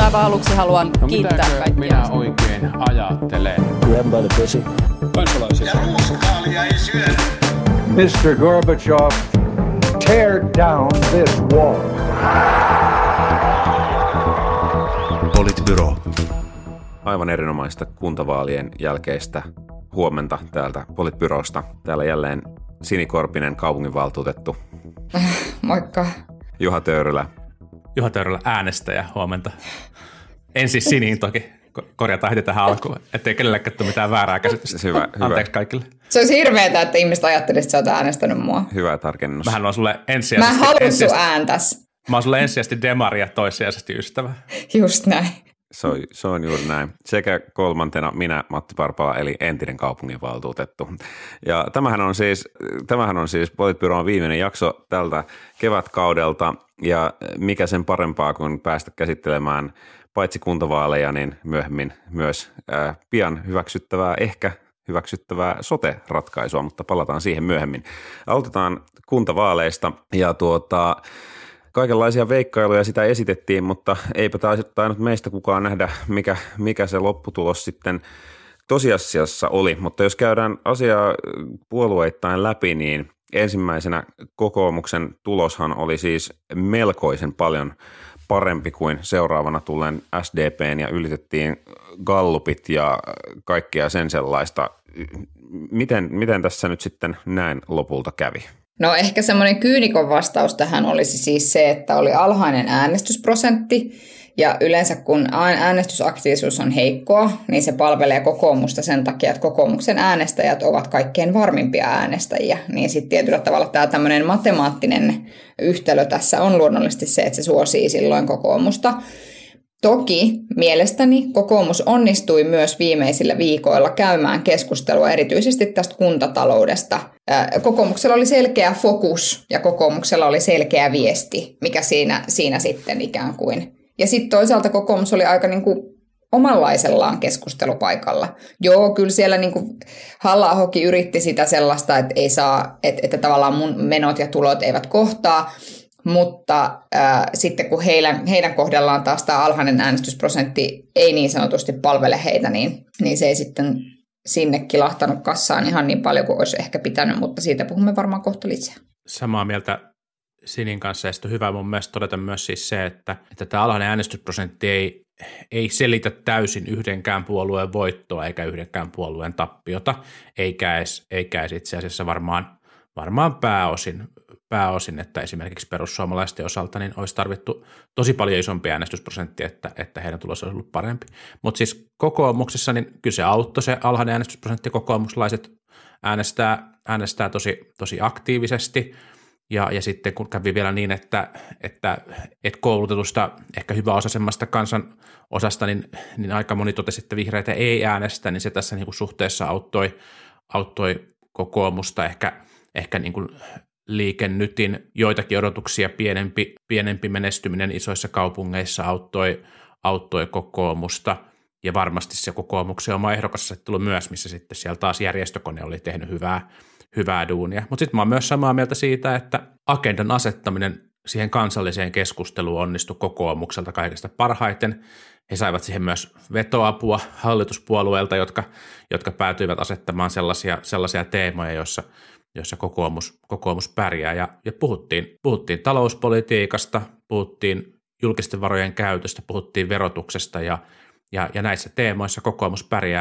aivan aluksi haluan kiittää kaikkia. Minä oikein ajattelen? Grab by the pussy. Kansalaisia. Ja ruuskaalia ei syödä. Mr. Gorbachev, tear down this wall. Politbyro. Aivan erinomaista kuntavaalien jälkeistä huomenta täältä Politbyrosta. Täällä jälleen sinikorpinen kaupunginvaltuutettu. Moikka. Juha Töyrylä. Juha Töyrylä äänestäjä, huomenta. En siis siniin toki, korjataan heti tähän alkuun, ettei kenellekään tule mitään väärää käsitystä. Hyvä. Anteeksi kaikille. Se olisi hirveetä, että ihmiset ajattelisivat, että sä oot äänestänyt mua. Hyvä tarkennus. Mähän on sulle ensisijaisesti... Mä haluan sun ääntäs. Mä oon sulle ensisijaisesti demari ja toissijaisesti ystävä. Just näin. Se on juuri näin. Sekä kolmantena minä, Matti Parpala, eli entinen kaupunginvaltuutettu. Ja tämähän on siis Politbyron viimeinen jakso tältä kevätkaudelta, ja mikä sen parempaa kuin päästä käsittelemään paitsi kuntavaaleja, niin myöhemmin myös pian ehkä hyväksyttävää sote-ratkaisua, mutta palataan siihen myöhemmin. Aloitetaan kuntavaaleista, ja kaikenlaisia veikkailuja sitä esitettiin, mutta eipä tainnut meistä kukaan nähdä, mikä se lopputulos sitten tosiasiassa oli. Mutta jos käydään asiaa puolueittain läpi, niin ensimmäisenä kokoomuksen tuloshan oli siis melkoisen paljon parempi kuin seuraavana tulleen SDPn ja ylitettiin gallupit ja kaikkea sen sellaista. Miten tässä nyt sitten näin lopulta kävi? No ehkä semmoinen kyynikon vastaus tähän olisi siis se, että oli alhainen äänestysprosentti ja yleensä kun äänestysaktiivisuus on heikkoa, niin se palvelee kokoomusta sen takia, että kokoomuksen äänestäjät ovat kaikkein varmimpia äänestäjiä. Niin sitten tietyllä tavalla tämä tämmöinen matemaattinen yhtälö tässä on luonnollisesti se, että se suosii silloin kokoomusta. Toki mielestäni kokoomus onnistui myös viimeisillä viikoilla käymään keskustelua erityisesti tästä kuntataloudesta. Kokoomuksella oli selkeä fokus ja kokoomuksella oli selkeä viesti, mikä siinä sitten ikään kuin. Ja sitten toisaalta kokoomus oli aika niin kuin omanlaisellaan keskustelupaikalla. Joo, kyllä siellä niin kuin Halla-ahokin yritti sitä sellaista, että ei saa, että tavallaan mun menot ja tulot eivät kohtaa. Mutta sitten kun heidän kohdallaan taas tämä alhainen äänestysprosentti ei niin sanotusti palvele heitä, niin se ei sitten sinne kilahtanut kassaan ihan niin paljon kuin olisi ehkä pitänyt, mutta siitä puhumme varmaan kohta lisää. Samaa mieltä Sinin kanssa, ja sitten on hyvä mun mielestä todeta myös siis se, että tämä alhainen äänestysprosentti ei selitä täysin yhdenkään puolueen voittoa eikä yhdenkään puolueen tappiota, eikä edes itse asiassa varmaan pääosin, että esimerkiksi perussuomalaisten osalta niin olisi tarvittu tosi paljon isompi äänestysprosentti, että heidän tulos olisi ollut parempi. Mutta siis kokoomuksessa niin kyllä se auttoi se alhainen äänestysprosentti, kokoomuslaiset äänestää tosi aktiivisesti, ja sitten kun kävi vielä niin, että koulutetusta ehkä hyvä osa semmoista kansan osasta, niin aika moni totesi, että vihreitä ei äänestä, niin se tässä niin kuin suhteessa auttoi kokoomusta ehkä niin kuin Liike Nytin joitakin odotuksia pienempi menestyminen isoissa kaupungeissa auttoi kokoomusta, ja varmasti se kokoomuksen oma ehdokasasettelu myös, missä sitten siellä taas järjestökone oli tehnyt hyvää duunia. Mutta sitten mä oon myös samaa mieltä siitä, että agendan asettaminen siihen kansalliseen keskusteluun onnistui kokoomukselta kaikesta parhaiten. He saivat siihen myös vetoapua hallituspuolueilta, jotka päätyivät asettamaan sellaisia teemoja, joissa kokoomus pärjää, ja puhuttiin talouspolitiikasta, puhuttiin julkisten varojen käytöstä, puhuttiin verotuksesta, ja näissä teemoissa kokoomus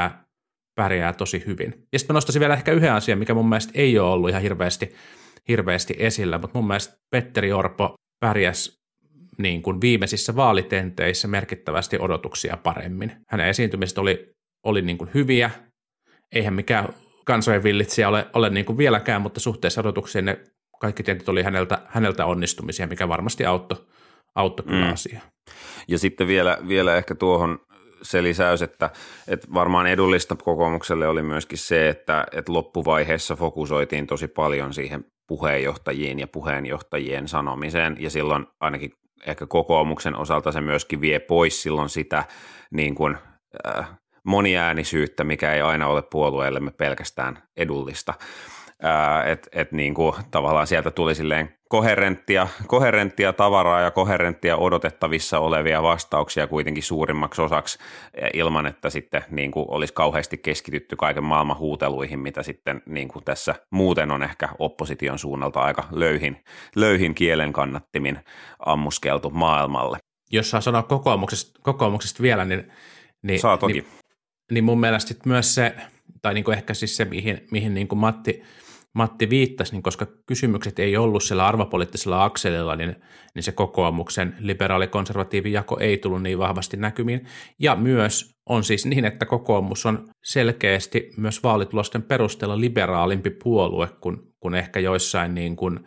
pärjää tosi hyvin. Ja sitten mä nostaisin vielä ehkä yhden asian, mikä mun mielestä ei ole ollut ihan hirveästi esillä, mutta mun mielestä Petteri Orpo pärjäsi niin kuin viimeisissä vaalitenteissä merkittävästi odotuksia paremmin. Hänen esiintymiset oli niin kuin hyviä, eihän mikään kansojen villitsijä ole niin kuin vieläkään, mutta suhteessa odotuksiin ne kaikki tentit oli häneltä onnistumisia, mikä varmasti auttoi kyllä asiaa. Ja sitten vielä ehkä tuohon se lisäys, että varmaan edullista kokoomukselle oli myöskin se, että loppuvaiheessa fokusoitiin tosi paljon siihen puheenjohtajiin ja puheenjohtajien sanomiseen, ja silloin ainakin ehkä kokoomuksen osalta se myöskin vie pois silloin sitä niin kuin moniäänisyyttä, mikä ei aina ole puolueellemme pelkästään edullista. Että niin kuin tavallaan sieltä tuli silleen koherenttia tavaraa ja koherenttia odotettavissa olevia vastauksia kuitenkin suurimmaksi osaksi ilman, että sitten niin kuin olisi kauheasti keskitytty kaiken maailman huuteluihin, mitä sitten niin kuin tässä muuten on ehkä opposition suunnalta aika löyhin kielen kannattimin ammuskeltu maailmalle. Jos saa sanoa kokoomuksesta vielä, niin saa toki. Niin mun mielestä myös se, tai niin kuin ehkä siis se, mihin niin kuin Matti viittasi, niin koska kysymykset ei ollut sillä arvopoliittisella akselilla, niin se kokoomuksen liberaali-konservatiivin jako ei tullut niin vahvasti näkymiin. Ja myös on siis niin, että kokoomus on selkeästi myös vaalitulosten perusteella liberaalimpi puolue kuin ehkä joissain niin kuin,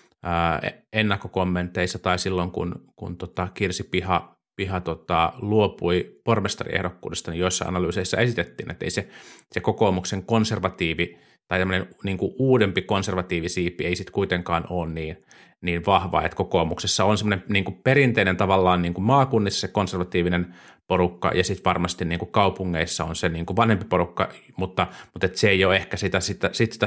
ennakkokommenteissa tai silloin, kun Kirsi Piha luopui pormestariehdokkuudesta, niin joissain analyyseissä esitettiin, että ei se kokoomuksen konservatiivi tai tämmöinen niin kuin uudempi konservatiivisiipi ei sitten kuitenkaan ole niin vahva, että kokoomuksessa on semmoinen niin kuin perinteinen tavallaan niin kuin maakunnissa se konservatiivinen porukka ja sitten varmasti niin kuin kaupungeissa on se niin kuin vanhempi porukka, mutta et se ei ole ehkä sitä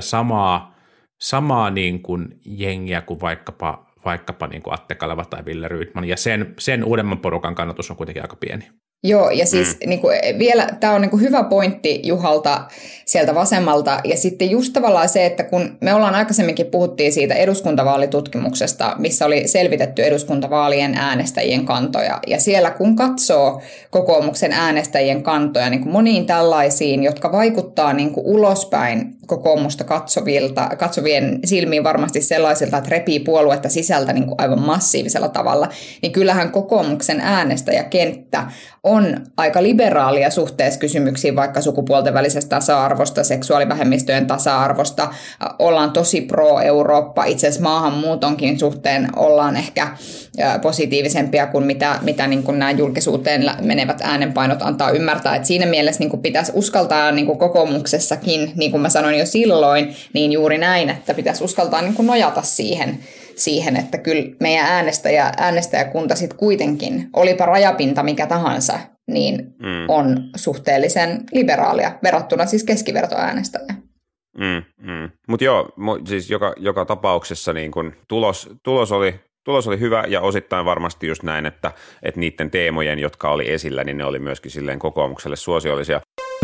samaa niin kuin jengiä kuin vaikkapa niin kuin Atte Kaleva tai Ville Rydman, ja sen uudemman porukan kannatus on kuitenkin aika pieni. Joo, ja siis niin kuin vielä tämä on niin kuin hyvä pointti Juhalta sieltä vasemmalta, ja sitten just tavallaan se, että kun me ollaan aikaisemminkin puhuttiin siitä eduskuntavaalitutkimuksesta, missä oli selvitetty eduskuntavaalien äänestäjien kantoja, ja siellä kun katsoo kokoomuksen äänestäjien kantoja niin kuin moniin tällaisiin, jotka vaikuttaa niin kuin ulospäin kokoomusta katsovien silmiin varmasti sellaisilta, että repii puoluetta sisältä niin kuin aivan massiivisella tavalla, niin kyllähän kokoomuksen äänestäjäkenttä on aika liberaalia suhteessa kysymyksiin vaikka sukupuolten välisestä tasa-arvosta, seksuaalivähemmistöjen tasa-arvosta. Ollaan tosi pro-Eurooppa, itse asiassa maahanmuutonkin suhteen ollaan ehkä positiivisempia kuin mitä niin kuin nämä julkisuuteen menevät äänenpainot antaa ymmärtää. Et siinä mielessä niin kuin pitäisi uskaltaa niin kuin kokoomuksessakin, niin kuin mä sanoin jo silloin, niin juuri näin, että pitäisi uskaltaa niin kuin nojata siihen, että kyllä meidän äänestäjäkunta sitten kuitenkin, olipa rajapinta mikä tahansa, niin on suhteellisen liberaalia verrattuna siis keskivertoäänestäjä. Mutta joo, siis joka tapauksessa niin kun tulos oli hyvä ja osittain varmasti just näin, että niiden teemojen, jotka oli esillä, niin ne oli myöskin silleen kokoomukselle suosiollisia.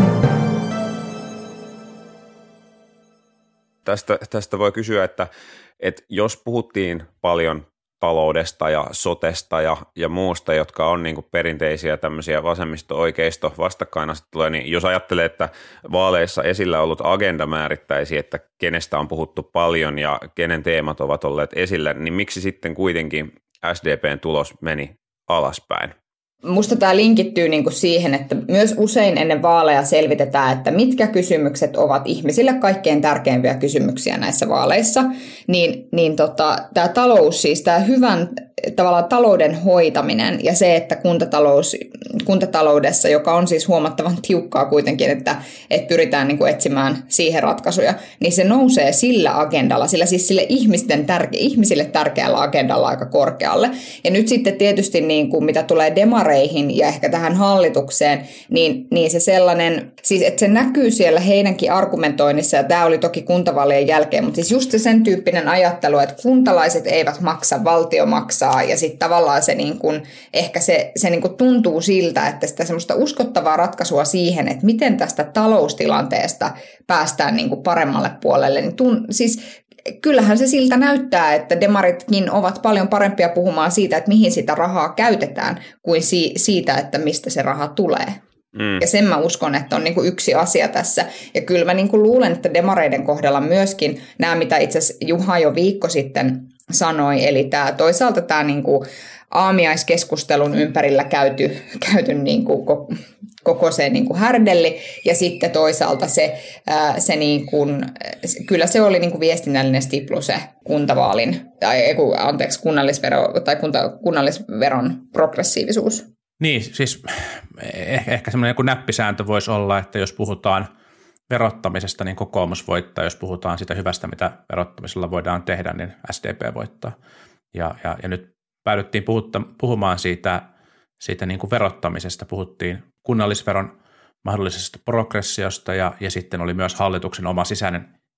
Tästä voi kysyä, että jos puhuttiin paljon taloudesta ja sotesta ja muusta, jotka on niin kuin perinteisiä tämmöisiä vasemmisto-oikeisto vastakkainasetteluja, niin jos ajattelee, että vaaleissa esillä ollut agenda määrittäisi, että kenestä on puhuttu paljon ja kenen teemat ovat olleet esillä, niin miksi sitten kuitenkin SDPn tulos meni alaspäin? Musta tämä linkittyy niinku siihen, että myös usein ennen vaaleja selvitetään, että mitkä kysymykset ovat ihmisille kaikkein tärkeimpiä kysymyksiä näissä vaaleissa. Tämä talous, siis tämä hyvän tavallaan talouden hoitaminen ja se, että kuntataloudessa, joka on siis huomattavan tiukkaa kuitenkin, että pyritään niinku etsimään siihen ratkaisuja, niin se nousee sillä agendalla, sille ihmisille tärkeällä agendalla aika korkealle. Ja nyt sitten tietysti niinku, mitä tulee demareihin ja ehkä tähän hallitukseen, niin se sellainen, siis että se näkyy siellä heidänkin argumentoinnissa, ja tämä oli toki kuntavaalien jälkeen, mutta siis just se sen tyyppinen ajattelu, että kuntalaiset eivät maksa, valtio maksaa, ja sitten tavallaan se niin kuin, ehkä se niin kuin tuntuu siltä, että sitä semmoista uskottavaa ratkaisua siihen, että miten tästä taloustilanteesta päästään niin kuin paremmalle puolelle, niin siis kyllähän se siltä näyttää, että demaritkin ovat paljon parempia puhumaan siitä, että mihin sitä rahaa käytetään, kuin siitä, että mistä se raha tulee. Ja sen mä uskon, että on niin kuin yksi asia tässä. Ja kyllä mä niin kuin luulen, että demareiden kohdalla myöskin nämä, mitä itse asiassa Juha jo viikko sitten sanoi, eli toisaalta tämä niin kuin aamiaiskeskustelun ympärillä käyty niin kuin koko se niin kuin härdelli, ja sitten toisaalta se niin kuin, kyllä se oli niin kuin viestinnällinen stiplu se kuntavaalin, kunnallisveron progressiivisuus. Niin, siis ehkä semmoinen joku näppisääntö voisi olla, että jos puhutaan verottamisesta, niin kokoomus voittaa. Jos puhutaan sitä hyvästä, mitä verottamisella voidaan tehdä, niin SDP voittaa. Ja nyt päädyttiin puhumaan siitä niin kuin verottamisesta. Puhuttiin kunnallisveron mahdollisesta progressiosta ja sitten oli myös hallituksen oma sisäinen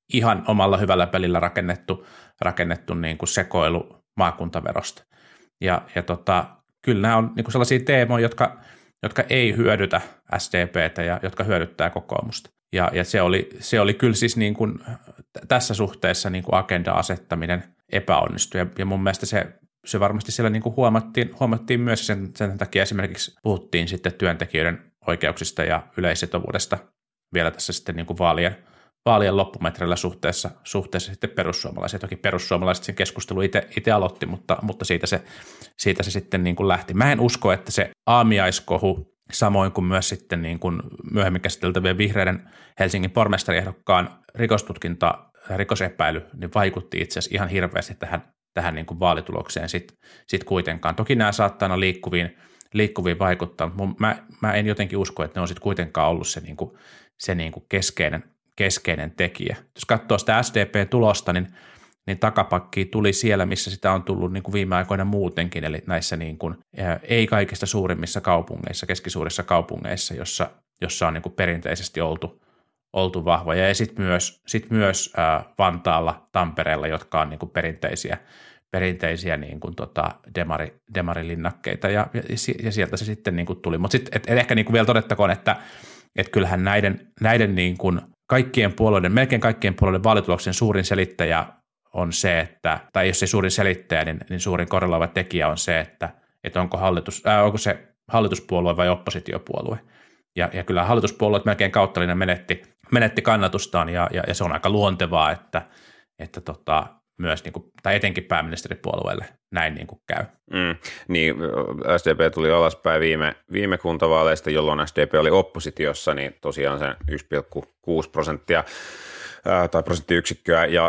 ihan omalla hyvällä pelillä rakennettu niin kuin sekoilu maakuntaverosta. Ja kyllä nämä on niin kuin sellaisia teemoja, jotka ei hyödytä SDPtä ja jotka hyödyttää kokoomusta. Ja se oli kyllä siis niin kuin tässä suhteessa niin kuin agenda-asettaminen epäonnistui. Ja mun mielestä se varmasti siellä niin kuin huomattiin myös, sen takia esimerkiksi puhuttiin sitten työntekijöiden oikeuksista ja yleissitovuudesta vielä tässä sitten niin kuin vaalien loppumetreillä suhteessa sitten perussuomalaisiin. Toki perussuomalaiset sen keskustelu itse aloitti, mutta siitä se sitten niin kuin lähti. Mä en usko, että se aamiaiskohu, samoin kuin myös sitten niin kuin myöhemmin käsiteltävien vihreiden Helsingin pormestariehdokkaan rikosepäily, niin vaikutti itse asiassa ihan hirveästi tähän niin kuin vaalitulokseen sit kuitenkaan. Toki nämä saattaa olla liikkuviin vaikuttaa, mutta mä en jotenkin usko, että ne on sitten kuitenkaan ollut se keskeinen tekijä. Jos katsoo sitä SDP-tulosta, niin takapakkia tuli siellä, missä sitä on tullut niin kuin viime aikoina muutenkin, eli näissä niin kuin, ei kaikista suurimmissa kaupungeissa, keskisuurissa kaupungeissa, jossa on niin kuin perinteisesti oltu vahvoja, ja sitten myös Vantaalla, Tampereella, jotka on niin kuin perinteisiä niin kuin demarilinnakkeita, ja sieltä se sitten niin kuin tuli. Mutta sitten ehkä niin kuin vielä todettakoon, että kyllähän näiden niin kuin melkein kaikkien puolueiden vaalituloksen suurin selittäjä on se, tai jos se suurin selittäjä, niin suurin korreloiva tekijä on se, että onko se hallituspuolue vai oppositiopuolue. Ja kyllä hallituspuolueet melkein kauttaalinen menetti kannatustaan, ja se on aika luontevaa, että myös niin kuin, tai etenkin pääministeripuolueelle näin niin kuin käy. Niin, SDP tuli alaspäin viime kuntavaaleista, jolloin SDP oli oppositiossa, niin tosiaan se 1,6% tai prosenttiyksikköä, ja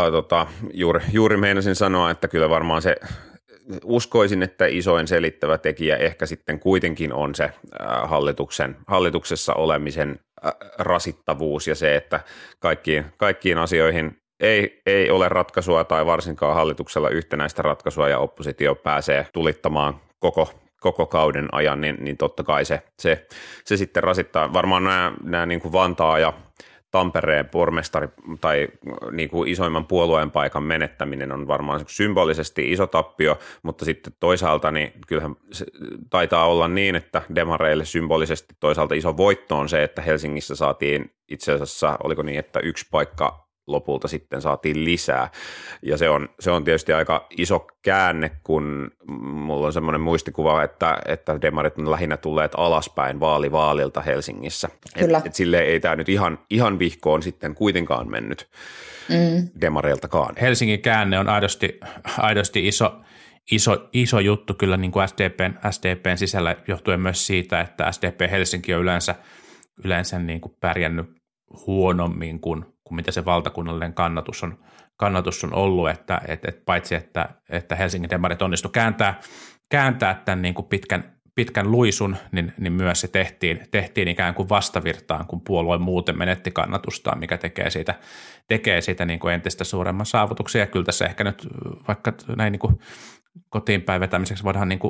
juuri meinasin sanoa, että kyllä varmaan se, uskoisin, että isoin selittävä tekijä ehkä sitten kuitenkin on se hallituksessa olemisen rasittavuus ja se, että kaikkiin asioihin ei ole ratkaisua tai varsinkaan hallituksella yhtenäistä ratkaisua ja oppositio pääsee tulittamaan koko kauden ajan, niin totta kai se sitten rasittaa. Varmaan nämä niin kuin Vantaa ja Tampereen pormestari tai niin kuin isoimman puolueen paikan menettäminen on varmaan symbolisesti iso tappio, mutta sitten toisaalta niin kyllähän se taitaa olla niin, että demareille symbolisesti toisaalta iso voitto on se, että Helsingissä saatiin itse asiassa, oliko niin, että 1 paikka lopulta sitten saatiin lisää, ja se on tietysti aika iso käänne, kun mulla on semmoinen muistikuva, että demarit on lähinnä tulleet alaspäin vaalilta Helsingissä. Et silleen ei tämä nyt ihan vihkoon sitten kuitenkaan mennyt demareiltakaan. Helsingin käänne on aidosti iso juttu kyllä niin kuin SDPn sisällä, johtuen myös siitä, että SDP Helsinki on yleensä niin kuin pärjännyt huonommin kuin mitä se valtakunnallinen kannatus on ollut, että paitsi että Helsingin demarit onnistui kääntää tämän niin kuin pitkän luisun, niin myös se tehtiin ikään kuin vastavirtaan, kun puolue muuten menetti kannatustaan, mikä tekee siitä niin kuin entistä suuremman saavutuksen. Ja kyllä tässä ehkä nyt vaikka näin niin kuin kotiin päin vetämiseksi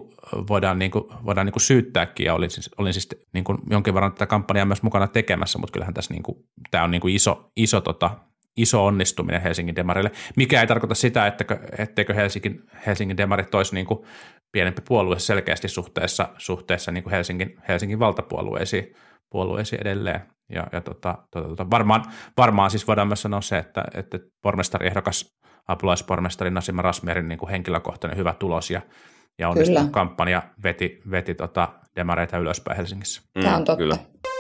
voidaan syyttääkin, ja olin siis niin kuin jonkin verran tätä kampanjaa myös mukana tekemässä, mutta kyllähän tässä niin kuin, tämä on niin kuin iso onnistuminen Helsingin demarille, mikä ei tarkoita sitä, etteikö Helsingin demarit olisi niin kuin pienempi puolue selkeästi suhteessa niin kuin Helsingin valtapuolueisiin edelleen. Ja varmaan siis voidaan myös sanoa se, että pormestariehdokas apulaispormestari Nasima Razmyarin niin kuin henkilökohtainen hyvä tulos ja onnistunut kampanja veti demareita ylöspäin Helsingissä. Tämä on totta. Kyllä.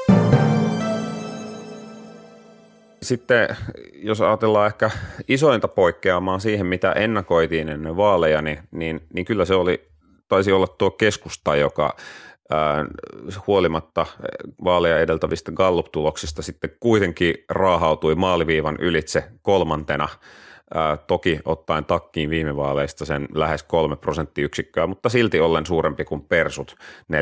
Sitten jos ajatellaan ehkä isointa poikkeamaa siihen, mitä ennakoitiin ennen vaaleja, niin kyllä se taisi olla tuo keskusta, joka huolimatta vaaleja edeltävistä Gallup-tuloksista sitten kuitenkin raahautui maaliviivan ylitse 3. Toki ottaen takkiin viime vaaleista sen lähes 3 prosenttiyksikköä, mutta silti ollen suurempi kuin persut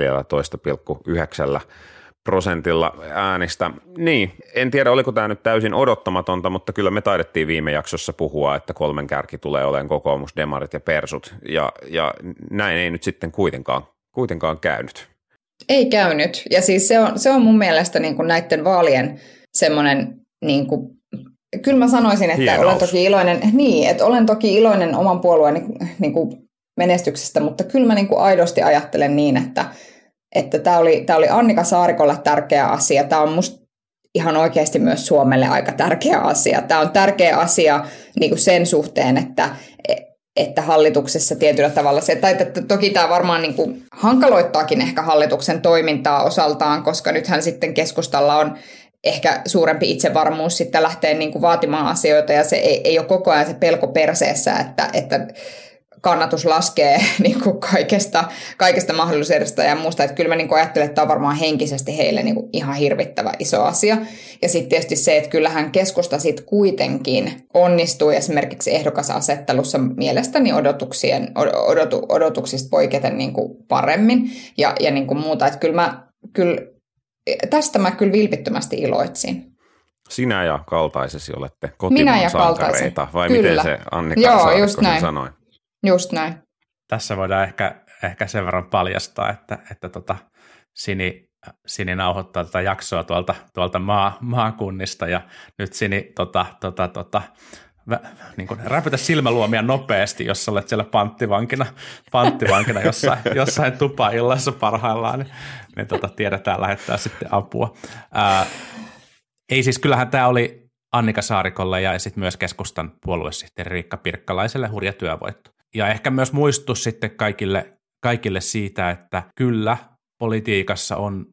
14,9% äänistä. Niin, en tiedä oliko tämä nyt täysin odottamatonta, mutta kyllä me taidettiin viime jaksossa puhua, että 3 kärki tulee olemaan kokoomus, demarit ja persut, ja näin ei nyt sitten kuitenkaan käynyt. Ei käynyt, ja siis se on mun mielestä niin kuin näiden vaalien semmoinen niin kuin kyllä mä sanoisin, että olen toki iloinen oman puolueeni niin kuin menestyksestä, mutta kyllä mä niin kuin aidosti ajattelen niin, että tämä oli Annika Saarikolle tärkeä asia. Tämä on musta ihan oikeasti myös Suomelle aika tärkeä asia. Tämä on tärkeä asia niin kuin sen suhteen, että hallituksessa tietyllä tavalla toki tämä varmaan niin kuin hankaloittaakin ehkä hallituksen toimintaa osaltaan, koska nythän sitten keskustalla on ehkä suurempi itsevarmuus sitten lähteä niin kuin vaatimaan asioita, ja se ei ole koko ajan se pelko perseessä, että kannatus laskee niin kuin kaikesta mahdollisuudesta ja muusta. Että kyllä mä niin kuin ajattelen, että tämä on varmaan henkisesti heille niin kuin ihan hirvittävä iso asia. Ja sitten tietysti se, että kyllähän keskusta sitten kuitenkin onnistuu esimerkiksi ehdokasasettelussa mielestäni odotuksista poiketen niin kuin paremmin ja niin kuin muuta. Että tästä mä kyllä vilpittömästi iloitsin. Sinä ja kaltaisesi olette kotimaan sankareita, vai kyllä. Miten se Annika Saarikko sanoi? Just näin. Tässä voidaan ehkä sen verran paljastaa, että Sini nauhoittaa tätä jaksoa tuolta maakunnista, ja nyt Sini niin kuin räpytä silmäluomia nopeasti, jos olet siellä panttivankina jossain tupaillassa parhaillaan, niin tiedetään lähettää sitten apua. Ei siis, kyllähän tämä oli Annika Saarikolle ja sitten myös keskustan puoluesihteeri Riikka Pirkkalaiselle hurja työvoitto. Ja ehkä myös muistutus sitten kaikille siitä, että kyllä politiikassa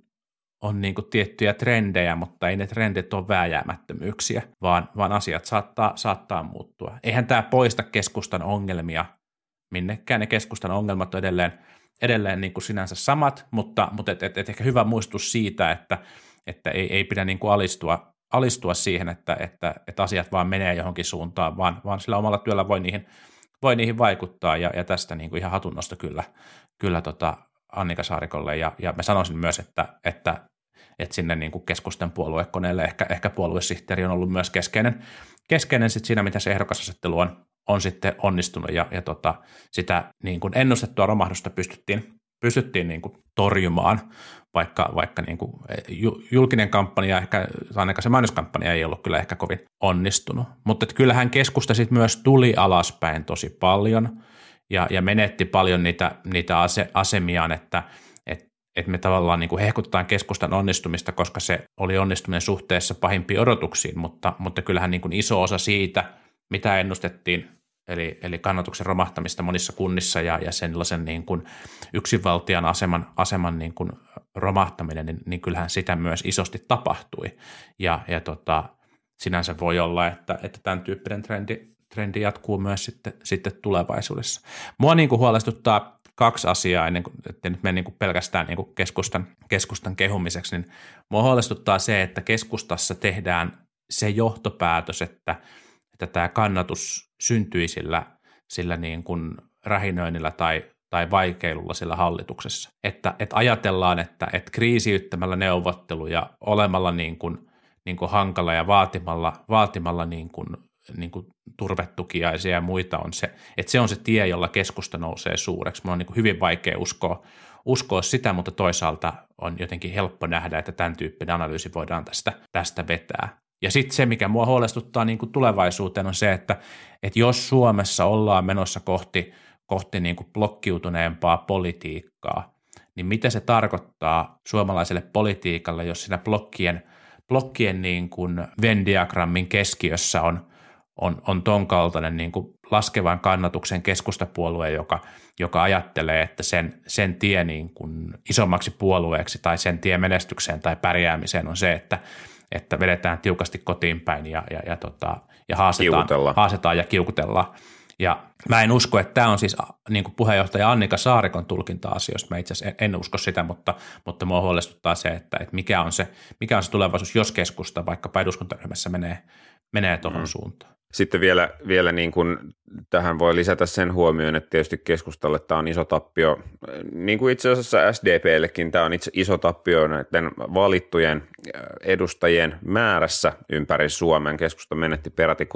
on niin kuin tiettyjä trendejä, mutta ei ne trendit ole vääjäämättömyyksiä, vaan asiat saattaa muuttua. Eihän tämä poista keskustan ongelmia minnekään. Ne keskustan ongelmat on edelleen niin kuin sinänsä samat, mutta et ehkä hyvä muistutus siitä, että ei pidä niin kuin alistua siihen, että asiat vaan menee johonkin suuntaan, vaan sillä omalla työllä voi niihin vaikuttaa, ja tästä niin kuin ihan hatunnosto kyllä Annika Saarikolle, ja mä sanoisin myös, että sinne niin kuin keskustan puoluekoneelle ehkä puoluesihteeri on ollut myös keskeinen sit siinä, mitä se ehdokasasettelu on sitten onnistunut, ja sitä niin kuin ennustettua romahdusta pystyttiin niin kuin torjumaan, vaikka niin kuin julkinen kampanja, ehkä ainakaan se mainoskampanja ei ollut kyllä ehkä kovin onnistunut. Mutta kyllähän keskusta sitten myös tuli alaspäin tosi paljon ja menetti paljon niitä asemiaan, että me tavallaan niin kuin hehkutetaan keskustan onnistumista, koska se oli onnistuminen suhteessa pahimpiin odotuksiin, mutta kyllähän niin kuin iso osa siitä, mitä ennustettiin, eli kannatuksen romahtamista monissa kunnissa ja sellaisen niin kuin yksinvaltian aseman niin kuin romahtaminen, niin kyllähän sitä myös isosti tapahtui. Ja sinänsä voi olla, että tämän tyyppinen trendi jatkuu myös sitten tulevaisuudessa. Mua niin kuin huolestuttaa kaksi asiaa, ennen kuin, että nyt mene niin kuin pelkästään niin kuin keskustan kehumiseksi, niin mua huolestuttaa se, että keskustassa tehdään se johtopäätös, että tämä kannatus syntyi sillä niin kuin rähinöinnillä tai vaikeilulla sillä hallituksessa. Että ajatellaan, että kriisiyttämällä neuvotteluja, olemalla niin kuin hankala ja vaatimalla niin kuin turvetukiaisia ja muita on se, että se on se tie, jolla keskusta nousee suureksi. Mun on niin kuin hyvin vaikea uskoa sitä, mutta toisaalta on jotenkin helppo nähdä, että tämän tyyppinen analyysi voidaan tästä vetää. Ja sitten se, mikä mua huolestuttaa niin kuin tulevaisuuteen, on se, että jos Suomessa ollaan menossa kohti niin kuin blokkiutuneempaa politiikkaa, niin mitä se tarkoittaa suomalaiselle politiikalle, jos siinä blokkien niin kuin Venn-diagrammin keskiössä on ton kaltainen niin kuin laskevan kannatuksen keskustapuolue, joka ajattelee, että sen tie niin kuin isommaksi puolueeksi tai sen tie menestykseen tai pärjäämiseen on se, että vedetään tiukasti kotiin päin ja haastetaan ja kiukutellaan. Ja mä en usko, että tämä on siis niin kuin puheenjohtaja Annika Saarikon tulkinta-asioista. Mä itse asiassa en usko sitä, mutta mua huolestuttaa se, että mikä on se tulevaisuus, jos keskusta vaikkapa eduskuntaryhmässä menee tuohon suuntaan. Sitten vielä niin kuin tähän voi lisätä sen huomioon, että tietysti keskustalle tämä on iso tappio, niin kuin itse asiassa SDP:llekin tämä on iso tappio näiden valittujen edustajien määrässä ympäri Suomen. Keskusta menetti peräti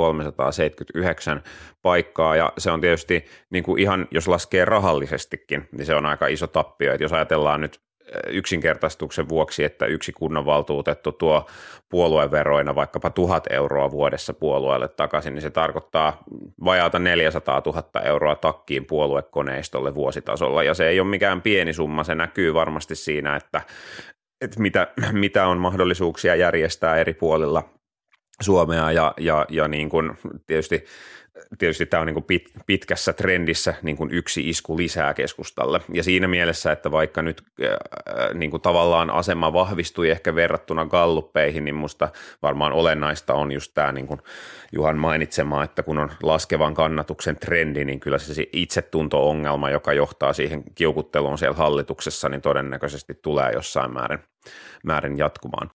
379 paikkaa, ja se on tietysti niin kuin ihan, jos laskee rahallisestikin, niin se on aika iso tappio. Että jos ajatellaan nyt yksinkertaistuksen vuoksi, että yksi kunnanvaltuutettu tuo puolueveroina vaikkapa 1 000 euroa vuodessa puolueelle takaisin, niin se tarkoittaa vajaata 400 000 euroa takkiin puoluekoneistolle vuositasolla, ja se ei ole mikään pieni summa, se näkyy varmasti siinä, että mitä on mahdollisuuksia järjestää eri puolilla Suomea, ja niin kuin tietysti tämä on niin kuin pitkässä trendissä niin kuin yksi isku lisää keskustalle. Ja siinä mielessä, että vaikka nyt niin kuin tavallaan asema vahvistui ehkä verrattuna galluppeihin, niin musta varmaan olennaista on just tämä niin kuin Juhan mainitsema, että kun on laskevan kannatuksen trendi, niin kyllä se itsetunto-ongelma, joka johtaa siihen kiukutteluun siellä hallituksessa, niin todennäköisesti tulee jossain määrin jatkumaan.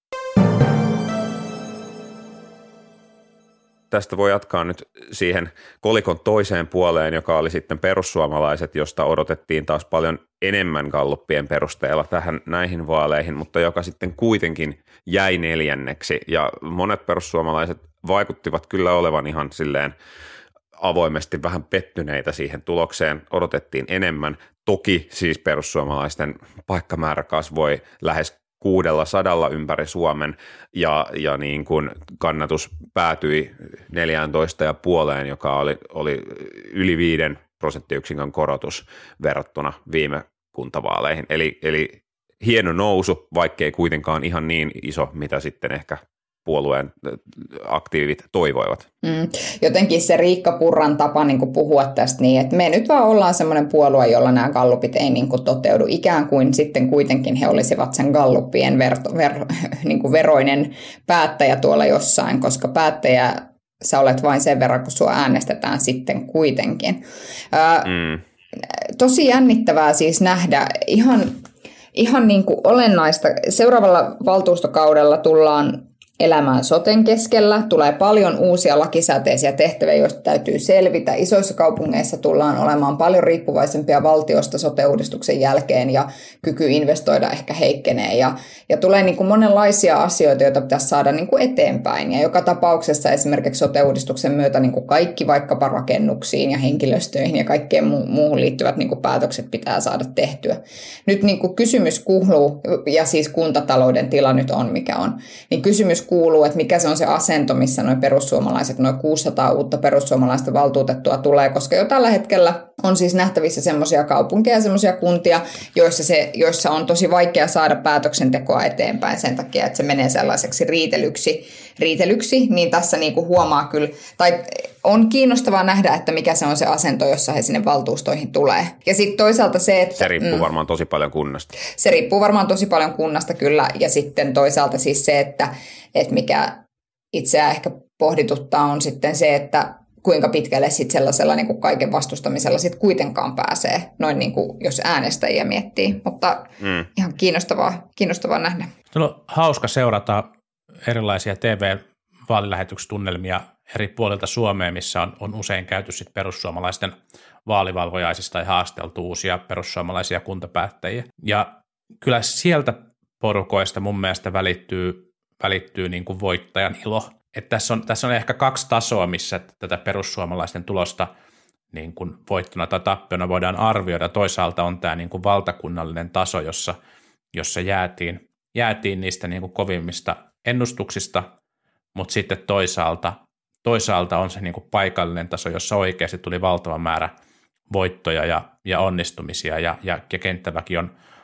Tästä voi jatkaa nyt siihen kolikon toiseen puoleen, joka oli sitten perussuomalaiset, josta odotettiin taas paljon enemmän galluppien perusteella näihin vaaleihin, mutta joka sitten kuitenkin jäi 4. Ja monet perussuomalaiset vaikuttivat kyllä olevan ihan silleen avoimesti vähän pettyneitä siihen tulokseen. Odotettiin enemmän. Toki siis perussuomalaisten paikkamäärä kasvoi lähes 600 ympäri Suomen, ja niin kuin kannatus päätyi 14,5, joka oli yli 5 prosenttiyksikön korotus verrattuna viime kuntavaaleihin. Eli hieno nousu, vaikkei kuitenkaan ihan niin iso, mitä sitten ehkä puolueen aktiivit toivoivat. Jotenkin se Riikka Purran tapa niin kuin puhua tästä niin, että me nyt vaan ollaan semmoinen puolue, jolla nämä gallupit ei niin kuin toteudu. Ikään kuin sitten kuitenkin he olisivat sen gallupien niin kuin veroinen päättäjä tuolla jossain, koska päättäjä sä olet vain sen verran, kun sua äänestetään sitten kuitenkin. Tosi jännittävää siis nähdä ihan niin kuin olennaista. Seuraavalla valtuustokaudella tullaan elämään soten keskellä. Tulee paljon uusia lakisääteisiä tehtäviä, joista täytyy selvitä. Isoissa kaupungeissa tullaan olemaan paljon riippuvaisempia valtiosta sote-uudistuksen jälkeen ja kyky investoida ehkä heikkenee. Ja tulee niin kuin monenlaisia asioita, joita pitäisi saada niin kuin eteenpäin. Ja joka tapauksessa esimerkiksi sote-uudistuksen myötä niin kuin kaikki vaikkapa rakennuksiin ja henkilöstöihin ja kaikkeen muuhun liittyvät niin kuin päätökset pitää saada tehtyä. Nyt niin kuin kysymys kuuluu, ja siis kuntatalouden tila nyt on mikä on, niin kysymys kuuluu, että mikä se on se asento, missä noin perussuomalaiset, noin 600 uutta perussuomalaista valtuutettua tulee, koska jo tällä hetkellä on siis nähtävissä semmoisia kaupunkeja ja semmoisia kuntia, joissa on tosi vaikea saada päätöksentekoa eteenpäin sen takia, että se menee sellaiseksi riitelyksi, niin tässä niinku huomaa kyllä, tai on kiinnostavaa nähdä, että mikä se on se asento, jossa he sinne valtuustoihin tulee. Ja sitten toisaalta se, että se riippuu varmaan tosi paljon kunnasta. Se riippuu varmaan tosi paljon kunnasta kyllä, ja sitten toisaalta siis se, että mikä itseä ehkä pohdituttaa on sitten se, että kuinka pitkälle sitten sellaisella niin kuin kaiken vastustamisella sitten kuitenkaan pääsee, noin niin kuin jos äänestäjiä miettii, mutta ihan kiinnostavaa nähdä. On hauska seurata erilaisia TV-vaalilähetystunnelmia eri puolilta Suomea, missä on usein käyty sit perussuomalaisten vaalivalvojaisista tai haasteltu uusia perussuomalaisia kuntapäättäjiä. Ja kyllä sieltä porukoista mun mielestä välittyy niin kuin voittajan ilo. Että tässä on ehkä 2 tasoa, missä tätä perussuomalaisten tulosta niin kuin voittona tai tappiona voidaan arvioida. Toisaalta on tämä niin kuin valtakunnallinen taso, jossa jäätiin niistä niin kuin kovimmista ennustuksista, mutta sitten toisaalta on se niin kuin paikallinen taso, jossa oikeasti tuli valtava määrä voittoja ja onnistumisia ja kenttäväki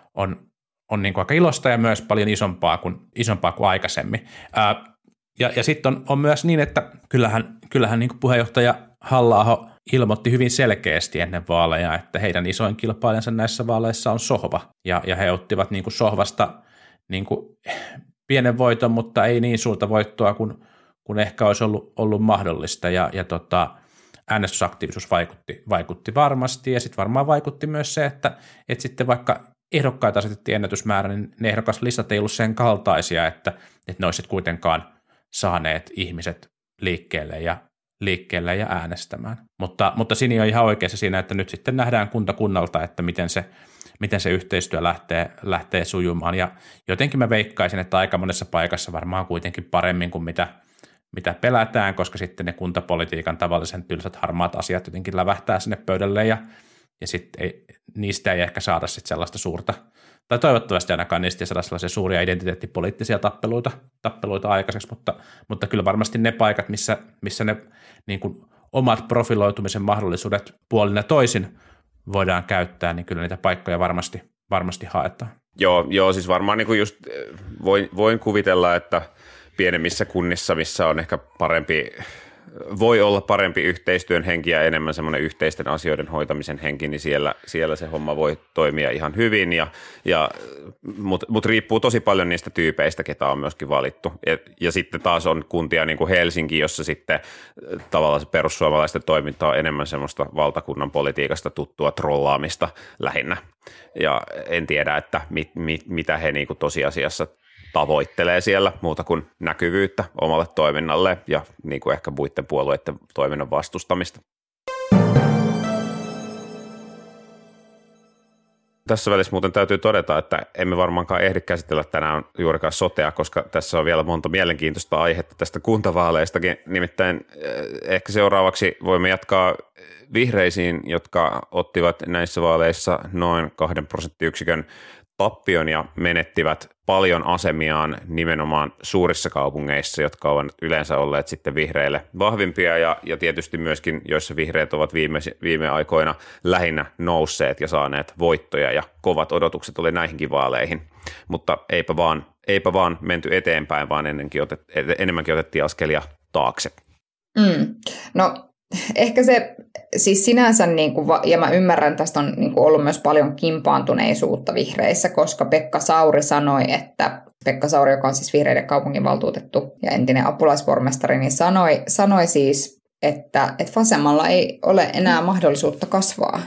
on niin kuin aika ilosta ja myös paljon isompaa kuin aikaisemmin. Ja sitten on myös niin, että kyllähän niin kuin puheenjohtaja Halla-aho ilmoitti hyvin selkeästi ennen vaaleja, että heidän isoin kilpailijansa näissä vaaleissa on sohva. Ja he ottivat niin kuin sohvasta niin kuin pienen voiton, mutta ei niin suurta voittoa kuin ehkä olisi ollut mahdollista. Ja äänestysaktiivisuus vaikutti varmasti, ja sitten varmaan vaikutti myös se, että sitten vaikka ehdokkaita asetettiin ennätysmäärä, niin ne ehdokaslistat ei ollut sen kaltaisia, että ne olisivat kuitenkaan saaneet ihmiset liikkeelle ja äänestämään. Mutta Sini on ihan oikeassa siinä, että nyt sitten nähdään kuntakunnalta, että miten se yhteistyö lähtee sujumaan. Ja jotenkin mä veikkaisin, että aika monessa paikassa varmaan kuitenkin paremmin kuin mitä pelätään, koska sitten ne kuntapolitiikan tavallisen tylsät harmaat asiat jotenkin lävähtää sinne pöydälle ja sitten niistä ei ehkä saada sitten sellaista suurta tai toivottavasti ainakaan niistä ei saada sellaisia suuria identiteettipoliittisia tappeluita aikaiseksi, mutta kyllä varmasti ne paikat, missä ne niin kuin omat profiloitumisen mahdollisuudet puolin ja toisin voidaan käyttää, niin kyllä niitä paikkoja varmasti haetaan. Joo, siis varmaan niin kuin just voin kuvitella, että pienemmissä kunnissa, missä on ehkä voi olla parempi yhteistyön henki ja enemmän semmoinen yhteisten asioiden hoitamisen henki, niin siellä se homma voi toimia ihan hyvin, mutta riippuu tosi paljon niistä tyypeistä, ketä on myöskin valittu. Ja sitten taas on kuntia niin kuin Helsinki, jossa sitten tavallaan se perussuomalaisten toiminta on enemmän semmoista valtakunnan politiikasta tuttua trollaamista lähinnä. Ja en tiedä, että mitä he niin kuin tosiasiassa tavoittelee siellä muuta kuin näkyvyyttä omalle toiminnalle ja niin kuin ehkä muiden puolueiden toiminnan vastustamista. Tässä välissä muuten täytyy todeta, että emme varmaankaan ehdi käsitellä tänään juurikaan sotea, koska tässä on vielä monta mielenkiintoista aihetta tästä kuntavaaleistakin. Nimittäin ehkä seuraavaksi voimme jatkaa vihreisiin, jotka ottivat näissä vaaleissa noin 2 prosenttiyksikön tappion ja menettivät paljon asemiaan nimenomaan suurissa kaupungeissa, jotka ovat yleensä olleet sitten vihreille vahvimpia ja tietysti myöskin, joissa vihreät ovat viime aikoina lähinnä nousseet ja saaneet voittoja ja kovat odotukset oli näihinkin vaaleihin, mutta eipä vaan menty eteenpäin, vaan enemmänkin otettiin askelia taakse. No ehkä se siis sinänsä, ja mä ymmärrän, että tästä on ollut myös paljon kimpaantuneisuutta vihreissä, koska Pekka Sauri sanoi, Pekka Sauri, joka on siis vihreiden kaupunginvaltuutettu ja entinen apulaispormestari, niin sanoi siis, että vasemmalla ei ole enää mahdollisuutta kasvaa.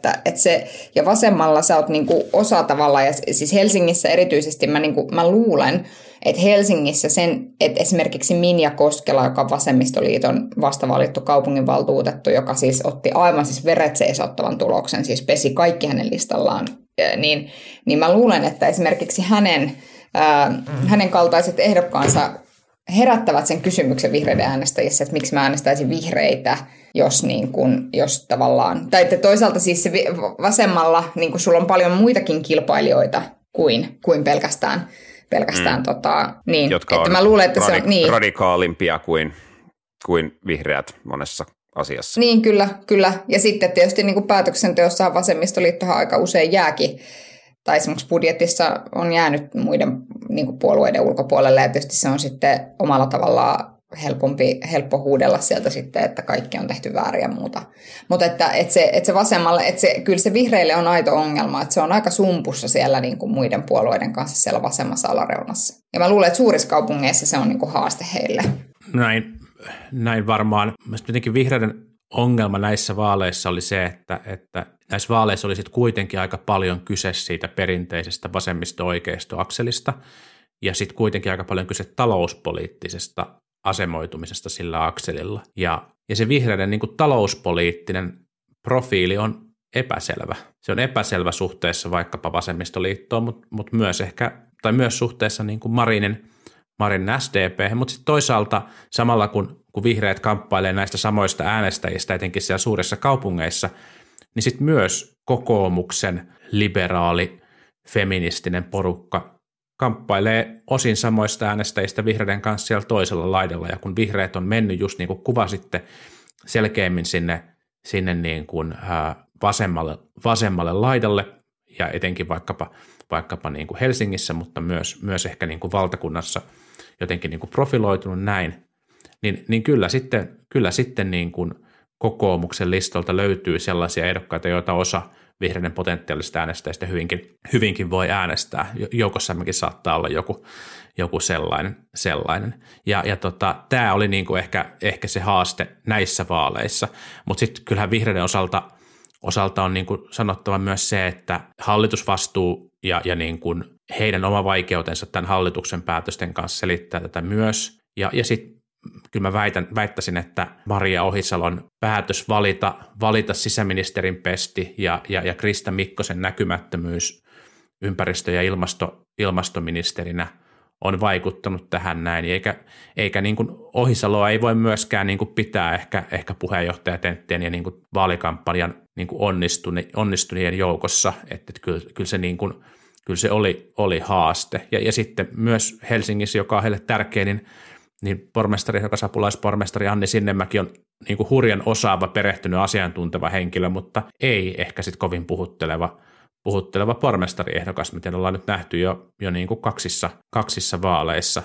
Ja vasemmalla sä oot osa tavallaan, ja siis Helsingissä erityisesti mä luulen, että Helsingissä että esimerkiksi Minja Koskela, joka on Vasemmistoliiton vastavalittu kaupunginvaltuutettu, joka siis otti aivan siis veret seisottavan tuloksen, siis pesi kaikki hänen listallaan, niin mä luulen, että esimerkiksi hänen kaltaiset ehdokkaansa herättävät sen kysymyksen vihreiden äänestäjissä, että miksi mä äänestäisin vihreitä, jos tavallaan, tai että toisaalta siis se vasemmalla, sulla on paljon muitakin kilpailijoita kuin pelkästään niin. Jotka että on mä luulen, että se on niin radikaalimpia kuin vihreät monessa asiassa. Niin, kyllä. Ja sitten tietysti päätöksenteossa vasemmistoliittohan aika usein jääkin, tai esimerkiksi budjetissa on jäänyt muiden puolueiden ulkopuolelle, ja tietysti se on sitten omalla tavallaan helppo huudella sieltä sitten, että kaikki on tehty väärin ja muuta. Mutta että se vasemmalle, kyllä se vihreille on aito ongelma, että se on aika sumpussa siellä muiden puolueiden kanssa siellä vasemmassa alareunassa. Ja mä luulen, että suurissa kaupungeissa se on haaste heille. Näin varmaan. Mielestäni jotenkin vihreiden ongelma näissä vaaleissa oli se, että näissä vaaleissa oli sitten kuitenkin aika paljon kyse siitä perinteisestä vasemmisto-oikeisto-akselista ja sitten kuitenkin aika paljon kyse talouspoliittisesta asemoitumisesta sillä akselilla. Ja se vihreiden talouspoliittinen profiili on epäselvä. Se on epäselvä suhteessa vaikkapa vasemmistoliittoon, mutta myös suhteessa Marinin SDP, mutta sitten toisaalta samalla kun vihreät kamppailee näistä samoista äänestäjistä, etenkin siellä suurissa kaupungeissa, niin sitten myös kokoomuksen liberaali feministinen porukka kamppailee osin samoista äänestäjistä vihreiden kanssa siellä toisella laidalla, ja kun vihreät on mennyt just niin kuin kuvasitte selkeämmin sinne niin kuin vasemmalle laidalle, ja etenkin vaikkapa niin kuin Helsingissä, mutta myös ehkä niin kuin valtakunnassa jotenkin niin kuin profiloitunut näin, niin kyllä sitten niin kuin kokoomuksen listolta löytyy sellaisia ehdokkaita, joita osa vihreiden potentiaalisista äänestäjistä hyvinkin voi äänestää. Joukossammekin saattaa olla joku sellainen. Ja tämä oli niin kuin ehkä se haaste näissä vaaleissa, mutta sitten kyllähän vihreiden osalta on niin kuin sanottava myös se, että hallitusvastuu ja niin kuin heidän oma vaikeutensa tämän hallituksen päätösten kanssa selittää tätä myös. Ja sitten kyllä mä väittäisin, että Maria Ohisalon päätös valita sisäministerin pesti ja Krista Mikkosen näkymättömyys ympäristö- ja ilmastoministerinä on vaikuttanut tähän näin, eikä niin kuin Ohisaloa ei voi myöskään niin kuin pitää ehkä puheenjohtajatenttien ja niin kuin vaalikampanjan niin kuin onnistuneen joukossa, että kyllä se niin kuin kyllä se oli haaste. Ja sitten myös Helsingissä, joka on heille tärkeä, niin pormestari, apulaispormestari Anni Sinnemäki on niin kuin hurjan osaava, perehtynyt, asiantunteva henkilö, mutta ei ehkä sitten kovin puhutteleva pormestariehdokas, miten ollaan nyt nähty jo niin kuin kaksissa vaaleissa.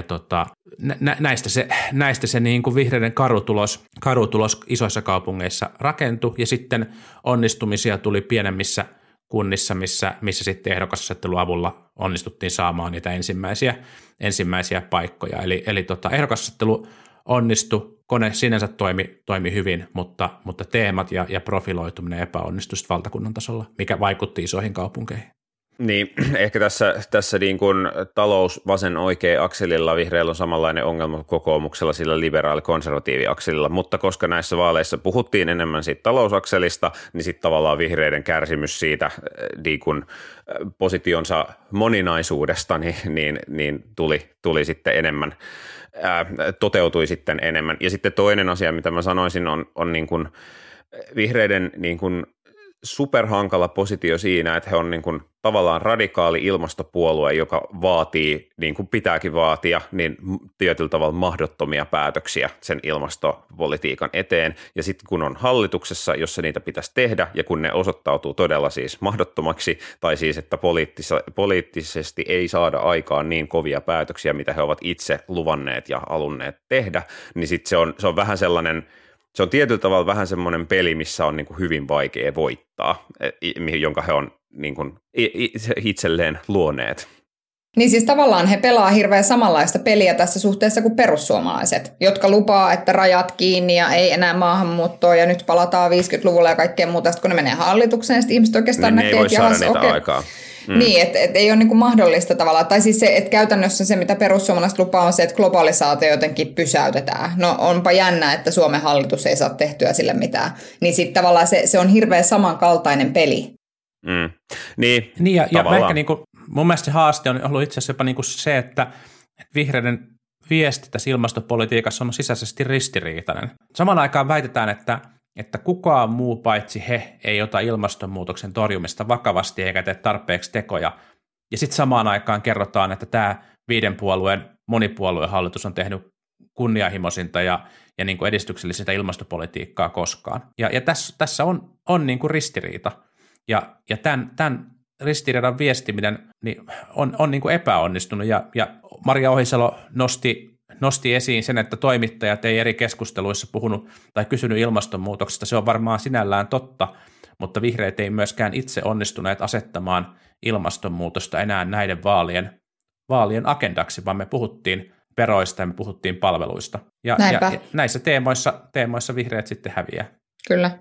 Näistä se niin kuin vihreiden karutulos isoissa kaupungeissa rakentui, ja sitten onnistumisia tuli pienemmissä kunnissa, missä sitten ehdokasasettelun avulla onnistuttiin saamaan niitä ensimmäisiä paikkoja. Eli ehdokasasettelu onnistui, kone sinänsä toimi hyvin, mutta teemat ja profiloituminen epäonnistui valtakunnan tasolla, mikä vaikutti isoihin kaupunkeihin. Niin, ehkä tässä niin kuin talous vasen oikea akselilla vihreillä on samanlainen ongelma kokoomuksella sillä liberaali-konservatiivi akselilla, mutta koska näissä vaaleissa puhuttiin enemmän siitä talousakselista, niin sitten tavallaan vihreiden kärsimys siitä niin kuin positionsa moninaisuudesta niin tuli sitten enemmän, toteutui sitten enemmän. Ja sitten toinen asia, mitä mä sanoisin, on niin kuin vihreiden niin kuin superhankala positio siinä, että he on niin kuin tavallaan radikaali ilmastopuolue, joka vaatii, niin kuin pitääkin vaatia, niin tietyllä tavalla mahdottomia päätöksiä sen ilmastopolitiikan eteen. Ja sitten kun on hallituksessa, jossa niitä pitäisi tehdä, ja kun ne osoittautuu todella siis mahdottomaksi, tai siis että poliittisesti ei saada aikaan niin kovia päätöksiä, mitä he ovat itse luvanneet ja halunneet tehdä, niin sitten se on vähän sellainen. Se on tietyllä tavalla vähän semmoinen peli, missä on niin kuin hyvin vaikea voittaa, jonka he on niin kuin itselleen luoneet. Niin siis tavallaan he pelaa hirveän samanlaista peliä tässä suhteessa kuin perussuomalaiset, jotka lupaa, että rajat kiinni ja ei enää maahanmuuttoa ja nyt palataan 50-luvulla ja kaikkea muuta. Sitten kun ne menee hallitukseen, sitten ihmiset oikeastaan niin näkee, että jahas, aikaa. Niin, että ei ole niin kuin mahdollista tavallaan. Tai siis se, että käytännössä se, mitä perussuomalaiset lupaa, on se, että globalisaatio jotenkin pysäytetään. No onpa jännä, että Suomen hallitus ei saa tehtyä sille mitään. Niin sitten tavallaan se on hirveän samankaltainen peli. Niin ja ehkä niin kuin, mun mielestä se haaste on ollut itse asiassa jopa niin kuin se, että vihreiden viesti tässä ilmastopolitiikassa on sisäisesti ristiriitainen. Samaan aikaan väitetään, että kukaan muu paitsi he ei ota ilmastonmuutoksen torjumista vakavasti eikä tee tarpeeksi tekoja. Ja sitten samaan aikaan kerrotaan, että tämä 5 puolueen monipuolueen hallitus on tehnyt kunnianhimoisinta ja niin kuin edistyksellisintä ilmastopolitiikkaa koskaan. Ja tässä on niin kuin ristiriita. Ja tämän ristiriidan viestiminen niin on niin kuin epäonnistunut. Ja Maria Ohisalo nosti esiin sen, että toimittajat ei eri keskusteluissa puhunut tai kysynyt ilmastonmuutoksesta. Se on varmaan sinällään totta, mutta vihreät ei myöskään itse onnistuneet asettamaan ilmastonmuutosta enää näiden vaalien agendaksi, vaan me puhuttiin veroista ja me puhuttiin palveluista. Ja näissä teemoissa vihreät sitten häviää. Kyllä.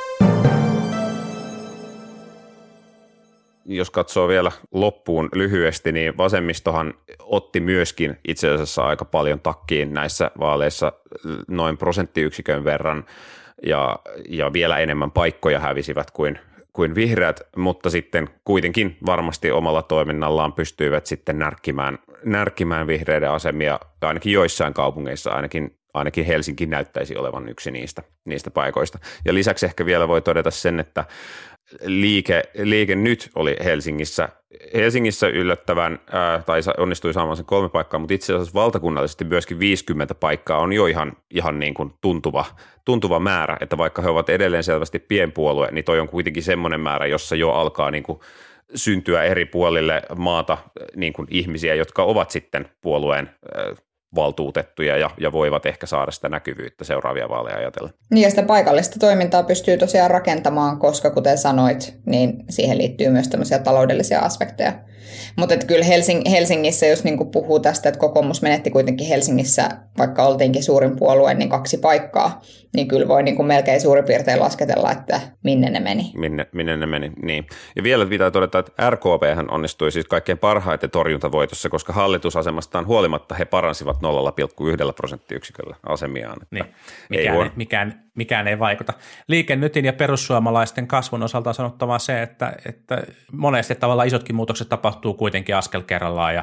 Jos katsoo vielä loppuun lyhyesti, niin vasemmistohan otti myöskin itse asiassa aika paljon takkiin näissä vaaleissa noin prosenttiyksikön verran ja vielä enemmän paikkoja hävisivät kuin vihreät, mutta sitten kuitenkin varmasti omalla toiminnallaan pystyivät sitten närkkimään vihreiden asemia ainakin joissain kaupungeissa, ainakin Helsinki näyttäisi olevan yksi niistä paikoista. Ja lisäksi ehkä vielä voi todeta sen, että liike nyt oli Helsingissä yllättävän, tai onnistui saamaan sen 3 paikkaa, mutta itse asiassa valtakunnallisesti myöskin 50 paikkaa on jo ihan niin kuin tuntuva määrä, että vaikka he ovat edelleen selvästi pienpuolue, niin toi on kuitenkin semmoinen määrä, jossa jo alkaa niin kuin syntyä eri puolille maata niin kuin ihmisiä, jotka ovat sitten puolueen valtuutettuja ja voivat ehkä saada sitä näkyvyyttä seuraavia vaaleja ajatellen. Niin ja sitä paikallista toimintaa pystyy tosiaan rakentamaan, koska kuten sanoit, niin siihen liittyy myös tämmöisiä taloudellisia aspekteja. Mutta kyllä Helsingissä, jos niinku puhuu tästä, että kokoomus menetti kuitenkin Helsingissä, vaikka oltiinkin suurin puolue, niin 2 paikkaa, niin kyllä voi niinku melkein suurin piirtein lasketella, että minne ne meni. Minne ne meni, niin. Ja vielä pitää todeta, että RKP:hän onnistui siis kaikkein parhaiten torjuntavoitossa, koska hallitusasemastaan huolimatta he paransivat 0,1 prosenttiyksiköllä asemiaan. Niin. Mikään ei vaikuta. Liike Nytin ja perussuomalaisten kasvun osalta on sanottavaa se, että monesti tavallaan isotkin muutokset tapahtuu kuitenkin askel kerrallaan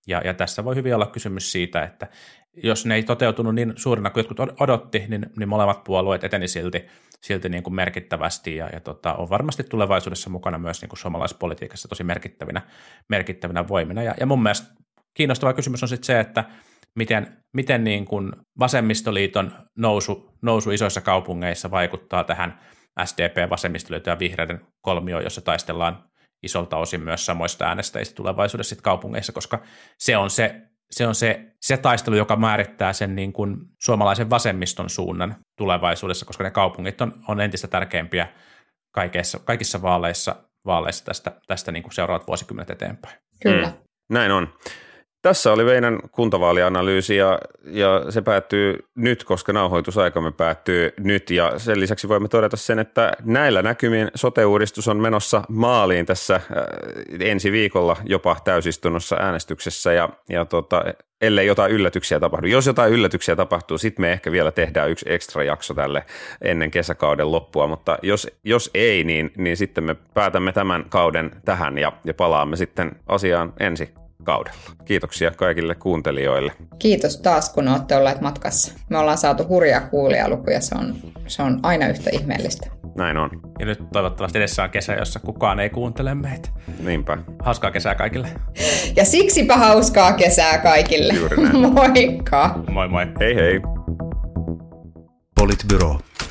Ja tässä voi hyvin olla kysymys siitä, että jos ne ei toteutunut niin suurina kuin jotkut odotti, niin molemmat puolueet eteni silti niin kuin merkittävästi ja on varmasti tulevaisuudessa mukana myös niin kuin suomalaispolitiikassa tosi merkittävinä voimina. Ja mun mielestä kiinnostava kysymys on sitten se, että miten niin kuin vasemmistoliiton nousu isoissa kaupungeissa vaikuttaa tähän SDP, vasemmistoliiton ja vihreiden kolmioon, jossa taistellaan isolta osin myös samoista äänestäjistä tulevaisuudessa sit kaupungeissa, koska se on se taistelu, joka määrittää sen niin kuin suomalaisen vasemmiston suunnan tulevaisuudessa, koska ne kaupungit on entistä tärkeämpiä kaikissa vaaleissa tästä niin kuin seuraavat vuosikymmenet eteenpäin. Kyllä. Näin on. Tässä oli meidän kuntavaalianalyysi ja se päättyy nyt, koska nauhoitusaikamme päättyy nyt ja sen lisäksi voimme todeta sen, että näillä näkymin sote-uudistus on menossa maaliin tässä ensi viikolla jopa täysistunnossa äänestyksessä ja ellei jotain yllätyksiä tapahdu. Jos jotain yllätyksiä tapahtuu, sitten me ehkä vielä tehdään yksi ekstra jakso tälle ennen kesäkauden loppua, mutta jos ei, niin sitten me päätämme tämän kauden tähän ja palaamme sitten asiaan ensi kaudella. Kiitoksia kaikille kuuntelijoille. Kiitos taas, kun olette olleet matkassa. Me ollaan saatu hurjaa kuulijalukuja, se on aina yhtä ihmeellistä. Näin on. Ja nyt toivottavasti edessä on kesä, jossa kukaan ei kuuntele meitä. Niinpä. Hauskaa kesää kaikille. Ja siksipä hauskaa kesää kaikille. Juuri näin. Moikka. Moi moi. Hei hei. Politbyro.